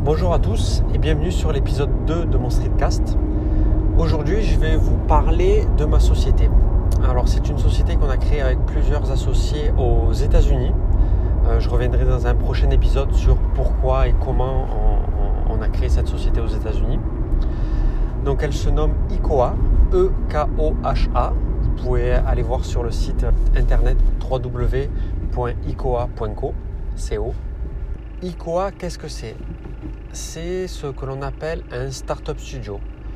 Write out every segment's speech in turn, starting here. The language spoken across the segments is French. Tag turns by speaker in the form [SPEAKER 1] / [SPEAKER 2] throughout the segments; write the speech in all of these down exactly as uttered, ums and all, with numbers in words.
[SPEAKER 1] Bonjour à tous et bienvenue sur l'épisode deux de mon Streetcast. Aujourd'hui, je vais vous parler de ma société. Alors, c'est une société qu'on a créée avec plusieurs associés aux États-Unis. Euh, je reviendrai dans un prochain épisode sur pourquoi et comment on, on, on a créé cette société aux États-Unis. Donc, elle se nomme Ekoha, E K O H A. Vous pouvez aller voir sur le site internet w w w point ekoha point co. Ekoha, qu'est-ce que c'est ? C'est ce que l'on appelle un startup studio.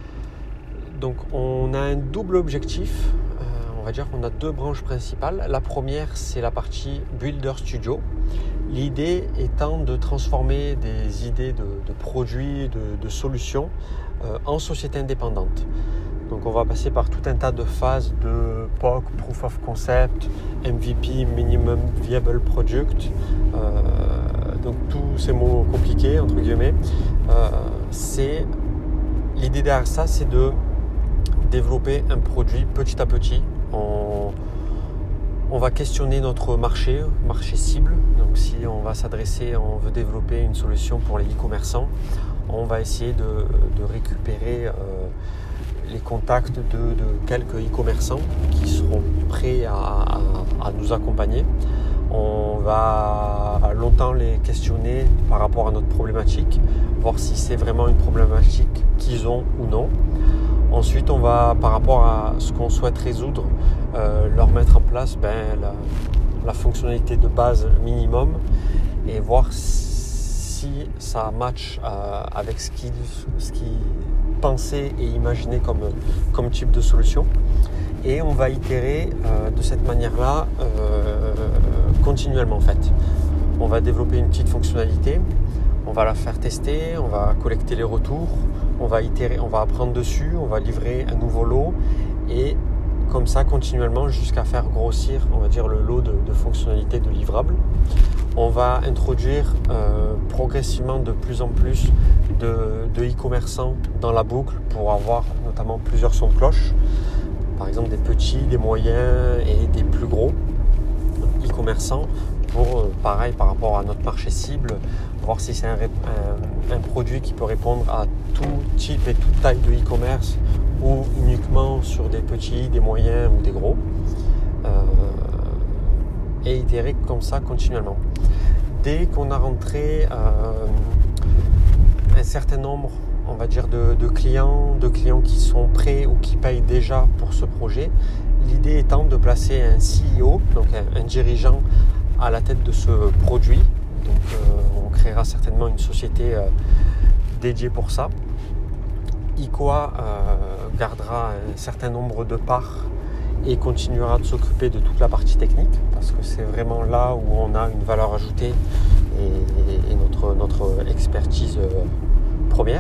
[SPEAKER 1] Donc on a un double objectif, euh, on va dire qu'on a deux branches principales. La première, c'est la partie Builder Studio. L'idée étant de transformer des idées de, de produits, de, de solutions euh, en société indépendante. Donc on va passer par tout un tas de phases de P O C, Proof of Concept, M V P, Minimum Viable Product. Euh, donc tous ces mots compliqués entre guillemets. Euh, c'est, l'idée derrière ça, c'est de développer un produit petit à petit. On, on va questionner notre marché, marché cible. Donc si on va s'adresser, on veut développer une solution pour les e-commerçants, on va essayer de, de récupérer euh, les contacts de, de quelques e-commerçants qui seront prêts à, à, à nous accompagner. On va longtemps les questionner par rapport à notre problématique, voir si c'est vraiment une problématique qu'ils ont ou non. Ensuite, on va, par rapport à ce qu'on souhaite résoudre, euh, leur mettre en place ben, la, la fonctionnalité de base minimum et voir si ça match euh, avec ce qu'ils, ce qu'ils pensaient et imaginaient comme, comme type de solution. Et on va itérer euh, de cette manière-là euh, continuellement en fait. On va développer une petite fonctionnalité, on va la faire tester, on va collecter les retours, on va itérer, on va apprendre dessus, on va livrer un nouveau lot et comme ça continuellement jusqu'à faire grossir, on va dire, le lot de, de fonctionnalités de livrables. On va introduire euh, progressivement de plus en plus de, de e-commerçants dans la boucle pour avoir notamment plusieurs sons de cloche. Par exemple des petits, des moyens et des plus gros e-commerçants pour, euh, pareil, par rapport à notre marché cible, voir si c'est un, un, un produit qui peut répondre à tout type et toute taille de e-commerce ou uniquement sur des petits, des moyens ou des gros. Euh, et itérer comme ça continuellement. Dès qu'on a rentré euh, un certain nombre, on va dire, de, de clients, de clients qui sont prêts ou qui payent déjà pour ce projet, l'idée étant de placer un C E O, donc un, un dirigeant à la tête de ce produit. Donc euh, on créera certainement une société euh, dédiée pour ça. Ekoha euh, gardera un certain nombre de parts et continuera de s'occuper de toute la partie technique parce que c'est vraiment là où on a une valeur ajoutée et, et notre, notre expertise euh, première.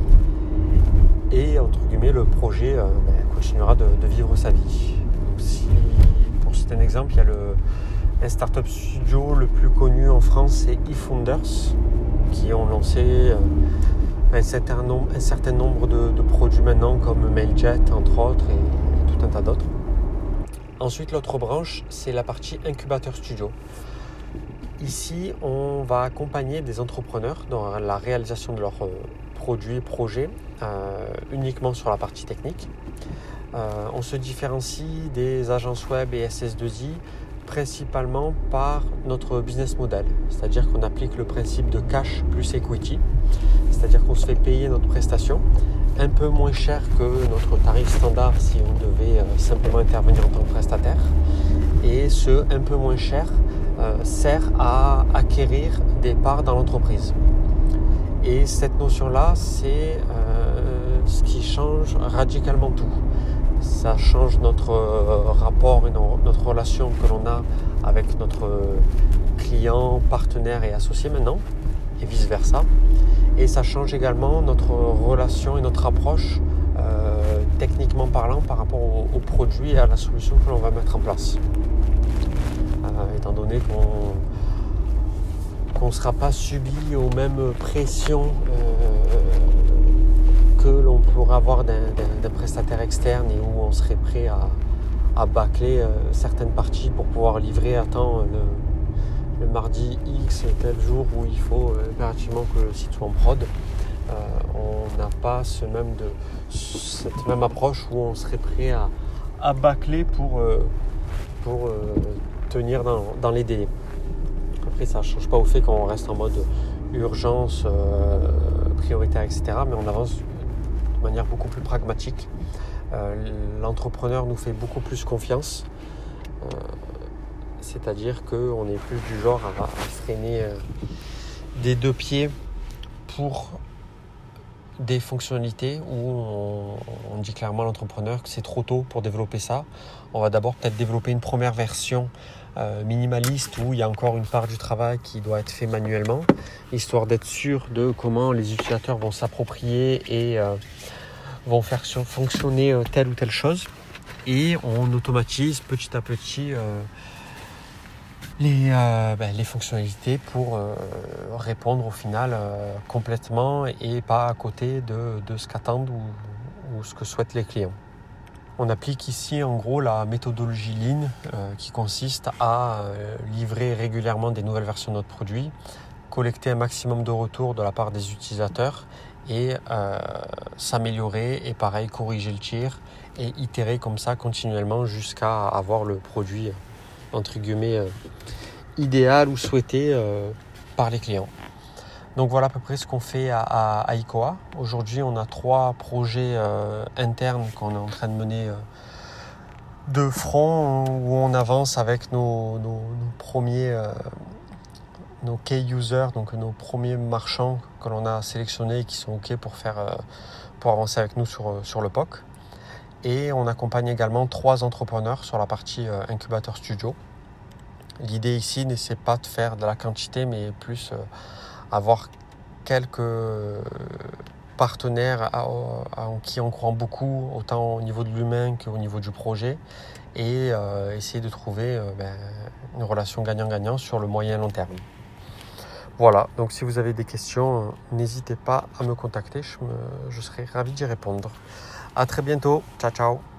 [SPEAKER 1] Et entre guillemets, le projet euh, ben, continuera de, de vivre sa vie. Donc, si, pour citer un exemple, il y a le, un startup studio le plus connu en France, c'est eFounders, qui ont lancé euh, un, certain nombre, un certain nombre de, de produits maintenant, comme Mailjet, entre autres, et, et tout un tas d'autres. Ensuite, l'autre branche, c'est la partie incubateur studio. Ici, on va accompagner des entrepreneurs dans la réalisation de leurs euh, produits, projets, euh, uniquement sur la partie technique. Euh, on se différencie des agences web et S S deux I principalement par notre business model, c'est-à-dire qu'on applique le principe de cash plus equity, c'est-à-dire qu'on se fait payer notre prestation un peu moins cher que notre tarif standard si on devait euh, simplement intervenir en tant que prestataire, et ce un peu moins cher euh, sert à acquérir des parts dans l'entreprise. Et cette notion-là, c'est euh, ce qui change radicalement tout. Ça change notre euh, rapport et no- notre relation que l'on a avec notre client, partenaire et associé maintenant, et vice-versa. Et ça change également notre relation et notre approche, euh, techniquement parlant, par rapport au, au produit et à la solution que l'on va mettre en place. Euh, étant donné qu'on qu'on ne sera pas subi aux mêmes pressions euh, que l'on pourrait avoir d'un, d'un, d'un prestataire externe et où on serait prêt à, à bâcler euh, certaines parties pour pouvoir livrer à temps le, le mardi X, tel jour où il faut impérativement que le site soit en prod. Euh, on n'a pas ce même de, cette même approche où on serait prêt à, à bâcler pour, euh, pour euh, tenir dans, dans les délais. Après, ça ne change pas au fait qu'on reste en mode urgence, euh, prioritaire, et cetera. Mais on avance de manière beaucoup plus pragmatique. Euh, l'entrepreneur nous fait beaucoup plus confiance. Euh, c'est-à-dire qu'on est plus du genre à, à freiner euh, des deux pieds pour des fonctionnalités où on, on dit clairement à l'entrepreneur que c'est trop tôt pour développer ça. On va d'abord peut-être développer une première version euh, minimaliste où il y a encore une part du travail qui doit être fait manuellement, histoire d'être sûr de comment les utilisateurs vont s'approprier et euh, vont faire fonctionner euh, telle ou telle chose. Et on automatise petit à petit euh, Les, euh, ben, les fonctionnalités pour euh, répondre au final euh, complètement et pas à côté de, de ce qu'attendent ou, ou ce que souhaitent les clients. On applique ici en gros la méthodologie Lean euh, qui consiste à euh, livrer régulièrement des nouvelles versions de notre produit, collecter un maximum de retours de la part des utilisateurs et euh, s'améliorer et pareil corriger le tir et itérer comme ça continuellement jusqu'à avoir le produit entre guillemets euh, idéal ou souhaité euh, par les clients. Donc voilà à peu près ce qu'on fait à, à, à Icoa. Aujourd'hui on a trois projets euh, internes qu'on est en train de mener euh, de front où on avance avec nos, nos, nos premiers euh, nos key users, donc nos premiers marchands que l'on a sélectionnés et qui sont OK pour faire euh, pour avancer avec nous sur, sur le P O C. Et on accompagne également trois entrepreneurs sur la partie euh, incubateur studio. L'idée ici, c'est pas de faire de la quantité, mais plus euh, avoir quelques partenaires à, à, en qui on croit beaucoup, autant au niveau de l'humain qu'au niveau du projet, et euh, essayer de trouver euh, ben, une relation gagnant-gagnant sur le moyen et long terme. Voilà, donc si vous avez des questions, euh, n'hésitez pas à me contacter, je, me, je serai ravi d'y répondre. À très bientôt, ciao ciao.